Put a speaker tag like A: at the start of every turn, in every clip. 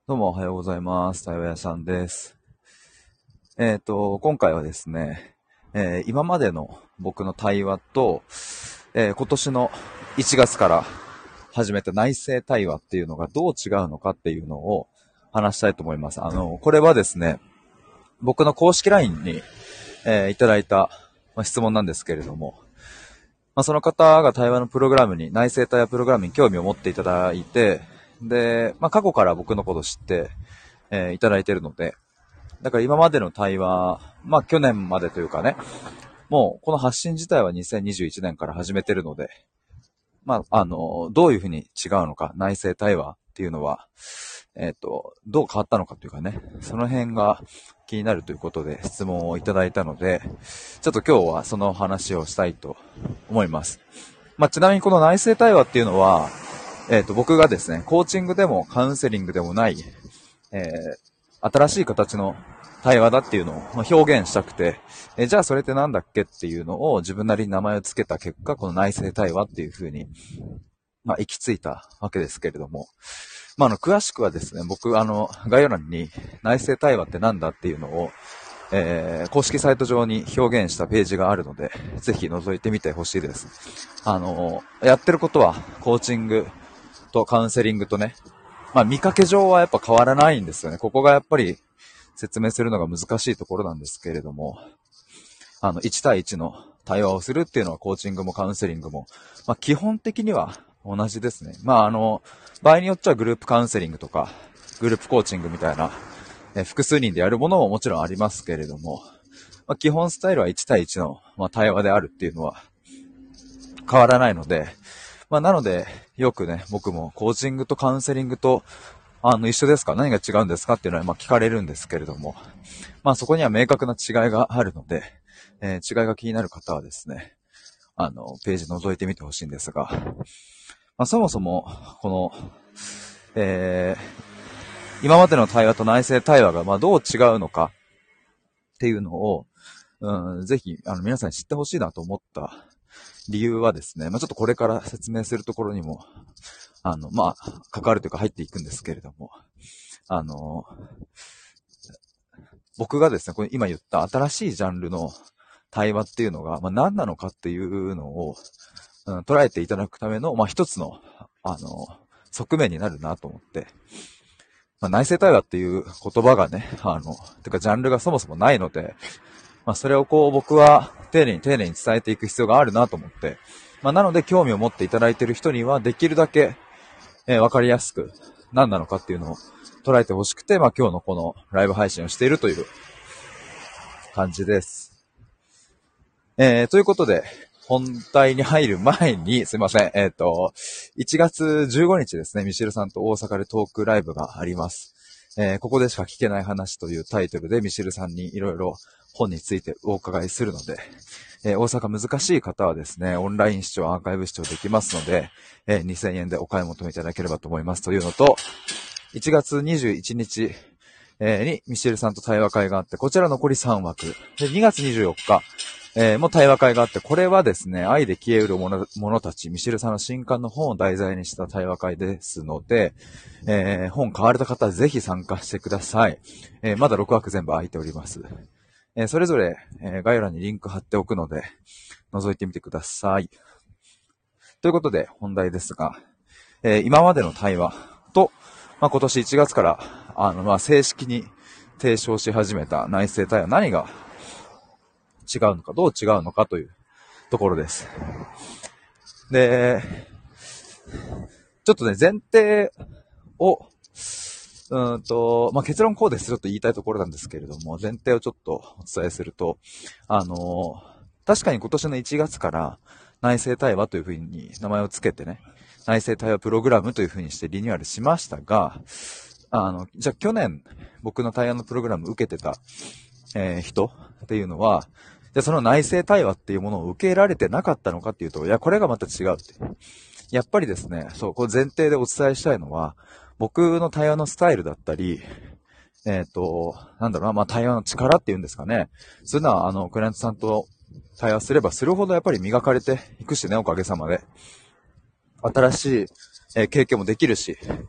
A: どうもおはようございます。対話屋さんです。今回はですね、今までの僕の対話と、今年の1月から始めた内政対話っていうのがどう違うのかっていうのを話したいと思います。これはですね、僕の公式 LINE に、いただいた、質問なんですけれども、その方が対話のプログラムに、内政対話プログラムに興味を持っていただいて、で、過去から僕のことを知って、いただいているので、だから今までの対話、去年までというかね、もうこの発信自体は2021年から始めてるので、どういうふうに違うのか、内政対話っていうのは、どう変わったのかというかね、その辺が気になるということで質問をいただいたので、ちょっと今日はその話をしたいと思います。ちなみにこの内政対話っていうのは、僕がですね、コーチングでもカウンセリングでもない、新しい形の対話だっていうのを表現したくて、じゃあそれってなんだっけっていうのを自分なりに名前を付けた結果、この内政対話っていう風に、行き着いたわけですけれども、詳しくはですね、僕、概要欄に内政対話ってなんだっていうのを、公式サイト上に表現したページがあるので、ぜひ覗いてみてほしいです。やってることは、コーチングとカウンセリングとね、見かけ上はやっぱ変わらないんですよね。ここがやっぱり説明するのが難しいところなんですけれども、1対1の対話をするっていうのはコーチングもカウンセリングも、基本的には同じですね。場合によっちゃグループカウンセリングとか、グループコーチングみたいな、複数人でやるものももちろんありますけれども、基本スタイルは1対1の、対話であるっていうのは変わらないので、なので、よくね、僕もコーチングとカウンセリングと、一緒ですか？何が違うんですかっていうのは、聞かれるんですけれども、そこには明確な違いがあるので、違いが気になる方はですね、ページ覗いてみてほしいんですが、そもそも、この、え今までの対話と内政対話が、どう違うのかっていうのを、ぜひ、皆さんに知ってほしいなと思った理由はですね、ちょっとこれから説明するところにも、関わるというか入っていくんですけれども、あの、僕がですね、これ今言った新しいジャンルの対話っていうのが、何なのかっていうのを、捉えていただくための、一つの、側面になるなと思って、内政対話っていう言葉がね、てかジャンルがそもそもないので、それをこう僕は丁寧に伝えていく必要があるなと思って、なので興味を持っていただいている人にはできるだけ、わかりやすく何なのかっていうのを捉えてほしくて、今日のこのライブ配信をしているという感じです。ということで、本題に入る前に、すいません。1月15日ですね、ミシェルさんと大阪でトークライブがあります。ここでしか聞けない話というタイトルでミシェルさんにいろいろ本についてお伺いするので、大阪難しい方はですね、オンライン視聴、アーカイブ視聴できますので、2000円でお買い求めいただければと思いますというのと、1月21日、にミシェルさんと対話会があって、こちら残り3枠。で、2月24日、もう対話会があって、これはですね、愛で消えうる者たち、ミシェルさんの新刊の本を題材にした対話会ですので、本買われた方はぜひ参加してください。まだ6枠全部空いております。それぞれ、概要欄にリンク貼っておくので、覗いてみてください。ということで、本題ですが、今までの対話と、今年1月から、正式に提唱し始めた内政対話、何が違うのか、どう違うのかというところです。で、ちょっとね、前提を、結論こうですよと言いたいところなんですけれども、前提をちょっとお伝えすると、確かに今年の1月から内政対話というふうに名前をつけてね、内政対話プログラムというふうにしてリニューアルしましたが、じゃあ去年僕の対話のプログラム受けてた、人っていうのは、じゃあその内政対話っていうものを受け入れられてなかったのかっていうと、いや、これがまた違うって。やっぱりですね、そう、これ前提でお伝えしたいのは、僕の対話のスタイルだったり、なんだろうな、対話の力っていうんですかね。そういうのは、クライアントさんと対話すればするほどやっぱり磨かれていくしね、おかげさまで。新しい、経験もできるし、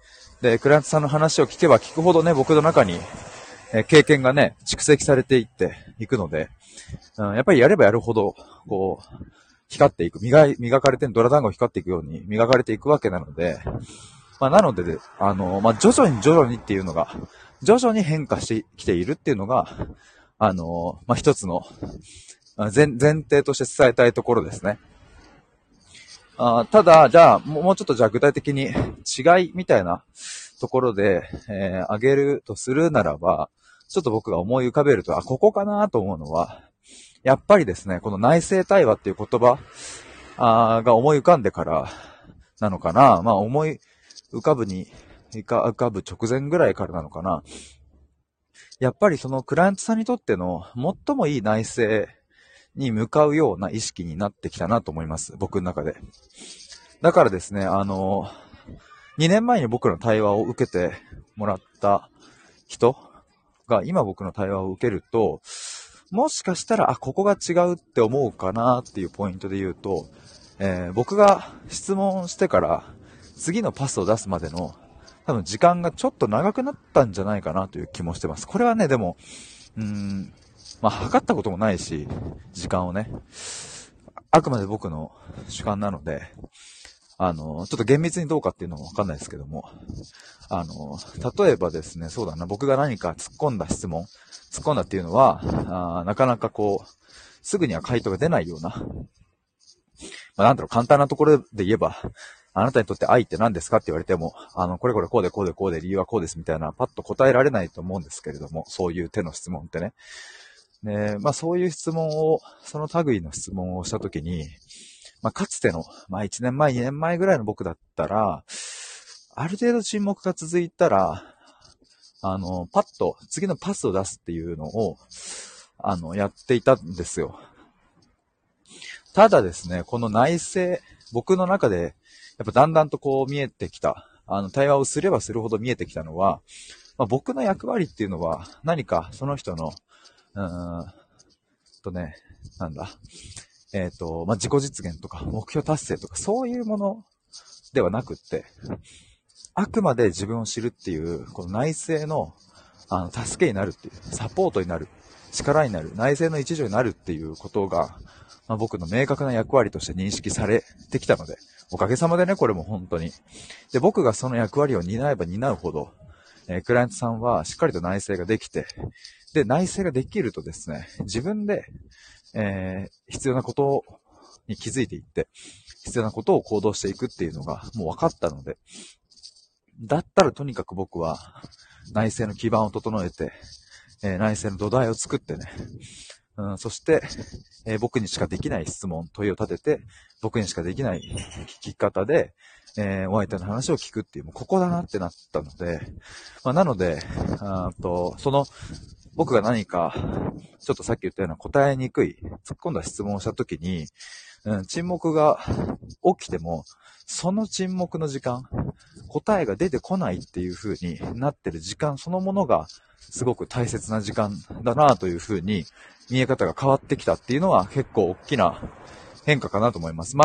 A: で、クライアントさんの話を聞けば聞くほどね、僕の中に、経験がね、蓄積されていっていくので、やっぱりやればやるほど、こう、光っていく、磨かれて、ドラ団子光っていくように磨かれていくわけなので、なので、徐々にっていうのが、徐々に変化してきているっていうのが、一つの、前提として伝えたいところですね。ただ、じゃあ、もうちょっとじゃあ具体的に違いみたいなところで、挙げるとするならば、ちょっと僕が思い浮かべると、ここかなと思うのは、やっぱりですね、この内政対話っていう言葉が思い浮かんでからなのかな。思い浮かぶ直前ぐらいからなのかな。やっぱりそのクライアントさんにとっての最もいい内政に向かうような意識になってきたなと思います。僕の中で。だからですね、2年前に僕の対話を受けてもらった人が今僕の対話を受けると、もしかしたら、ここが違うって思うかなっていうポイントで言うと、僕が質問してから次のパスを出すまでの多分時間がちょっと長くなったんじゃないかなという気もしてます。これはね、でも、測ったこともないし、時間をね、あくまで僕の主観なので、ちょっと厳密にどうかっていうのもわかんないですけども、例えばですね、そうだな、僕が何か突っ込んだっていうのは、なかなかこう、すぐには回答が出ないような、簡単なところで言えば、あなたにとって愛って何ですかって言われても、これこうで理由はこうですみたいな、パッと答えられないと思うんですけれども、そういう手の質問ってね。で、そういう質問を、その類の質問をしたときに、かつての、1年前、2年前ぐらいの僕だったら、ある程度沈黙が続いたら、パッと次のパスを出すっていうのを、やっていたんですよ。ただですね、この内政、僕の中で、やっぱだんだんとこう見えてきた、対話をすればするほど見えてきたのは、僕の役割っていうのは、何かその人の、なんだ、自己実現とか目標達成とかそういうものではなくって、あくまで自分を知るっていう、この内政の、助けになるっていう、サポートになる、力になる、内政の一助になるっていうことが、僕の明確な役割として認識されてきたので、おかげさまでね、これも本当に。で、僕がその役割を担えば担うほど、クライアントさんはしっかりと内政ができて、で、内政ができるとですね、自分で、必要なことに気づいていって、必要なことを行動していくっていうのがもう分かったので、だったらとにかく僕は内政の基盤を整えて、内政の土台を作ってね、そして、僕にしかできない質問、問いを立てて、僕にしかできない聞き方で、お相手の話を聞くっていう、もうここだなってなったので、なので、僕が何か、ちょっとさっき言ったような答えにくい、突っ込んだ質問をしたときに、沈黙が起きても、その沈黙の時間、答えが出てこないっていう風になってる時間そのものが、すごく大切な時間だなという風に、見え方が変わってきたっていうのは結構大きな変化かなと思います。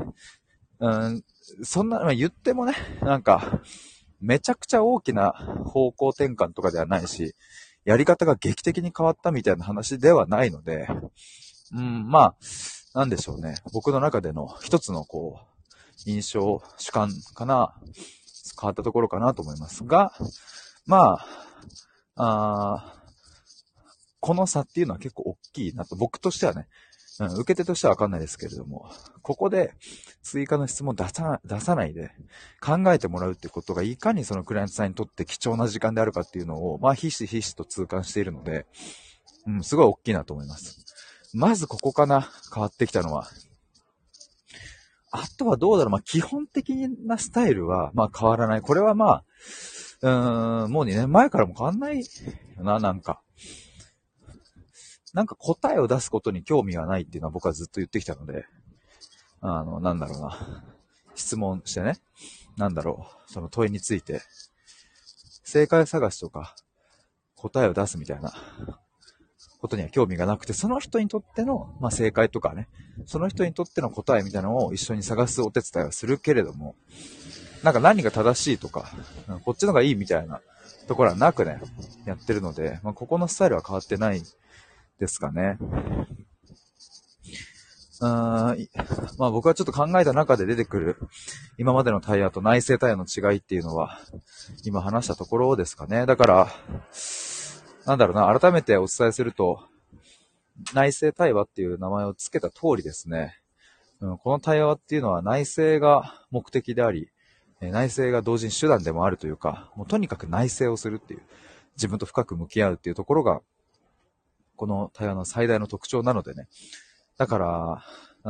A: そんな、言ってもね、めちゃくちゃ大きな方向転換とかではないし、やり方が劇的に変わったみたいな話ではないので、なんでしょうね。僕の中での一つの印象、主観かな、変わったところかなと思いますが、この差っていうのは結構大きいなと、僕としてはね、受け手としてはわかんないですけれども、ここで追加の質問を出さないで考えてもらうってことがいかにそのクライアントさんにとって貴重な時間であるかっていうのを、ひしひしと痛感しているので、すごい大きいなと思います。まずここかな、変わってきたのは。あとはどうだろう、基本的なスタイルは、変わらない。これはもう2年前からも変わんないよな、答えを出すことに興味がないっていうのは僕はずっと言ってきたので、質問してね、その問いについて、正解探しとか、答えを出すみたいなことには興味がなくて、その人にとっての、正解とかね、その人にとっての答えみたいなのを一緒に探すお手伝いはするけれども、 なんか何が正しいとか、こっちのがいいみたいなところはなくね、やってるので、ここのスタイルは変わってないですかね。僕はちょっと考えた中で出てくる今までの対話と内政対話の違いっていうのは今話したところですかね。だから改めてお伝えすると、内政対話っていう名前を付けた通りですね、この対話っていうのは内政が目的であり、内政が同時に手段でもあるというか、もうとにかく内政をするっていう、自分と深く向き合うっていうところがこの対話の最大の特徴なのでね。だから、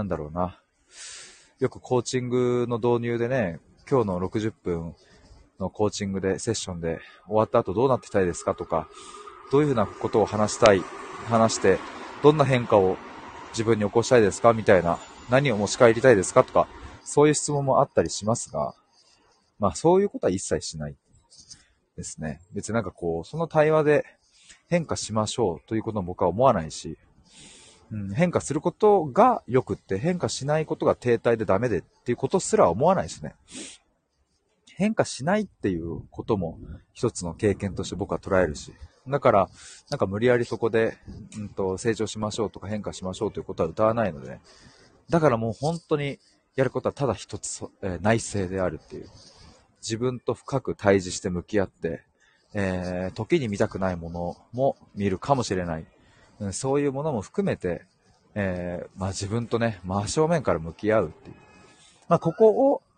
A: よくコーチングの導入でね、今日の60分のコーチングで、セッションで終わった後どうなってたいですかとか、どういうふうなことを話して、どんな変化を自分に起こしたいですかみたいな、何を持ち帰りたいですかとか、そういう質問もあったりしますが、そういうことは一切しないですね。別にその対話で変化しましょうということも僕は思わないし、変化することが良くって、変化しないことが停滞でダメでっていうことすら思わないですね。変化しないっていうことも一つの経験として僕は捉えるし、だから無理やりそこで、成長しましょうとか変化しましょうということは歌わないのでね。だからもう本当にやることはただ一つ、内政であるっていう。自分と深く対峙して向き合って、時に見たくないものも見るかもしれない。そういうものも含めて、自分とね、真正面から向き合うっていう。ここを、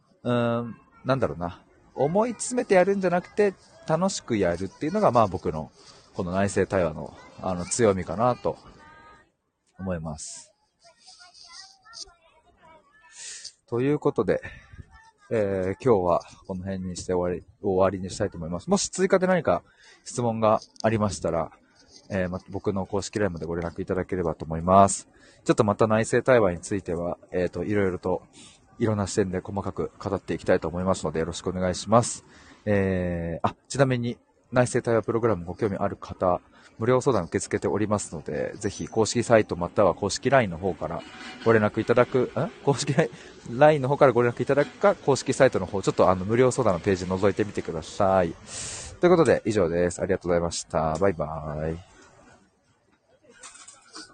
A: 思い詰めてやるんじゃなくて、楽しくやるっていうのが、僕の、この内政対話の、強みかなと思います。ということで、今日はこの辺にして終わりにしたいと思います。もし追加で何か質問がありましたら、僕の公式 LINE までご連絡いただければと思います。ちょっとまた内政対話については、いろいろといろんな視点で細かく語っていきたいと思いますのでよろしくお願いします。ちなみに内政対話プログラムご興味ある方、無料相談受け付けておりますので、ぜひ公式サイトまたは公式 LINE の方からご連絡いただく、公式 LINE の方からご連絡いただくか、公式サイトの方、ちょっと無料相談のページ覗いてみてください。ということで以上です。ありがとうございました。バイバーイ。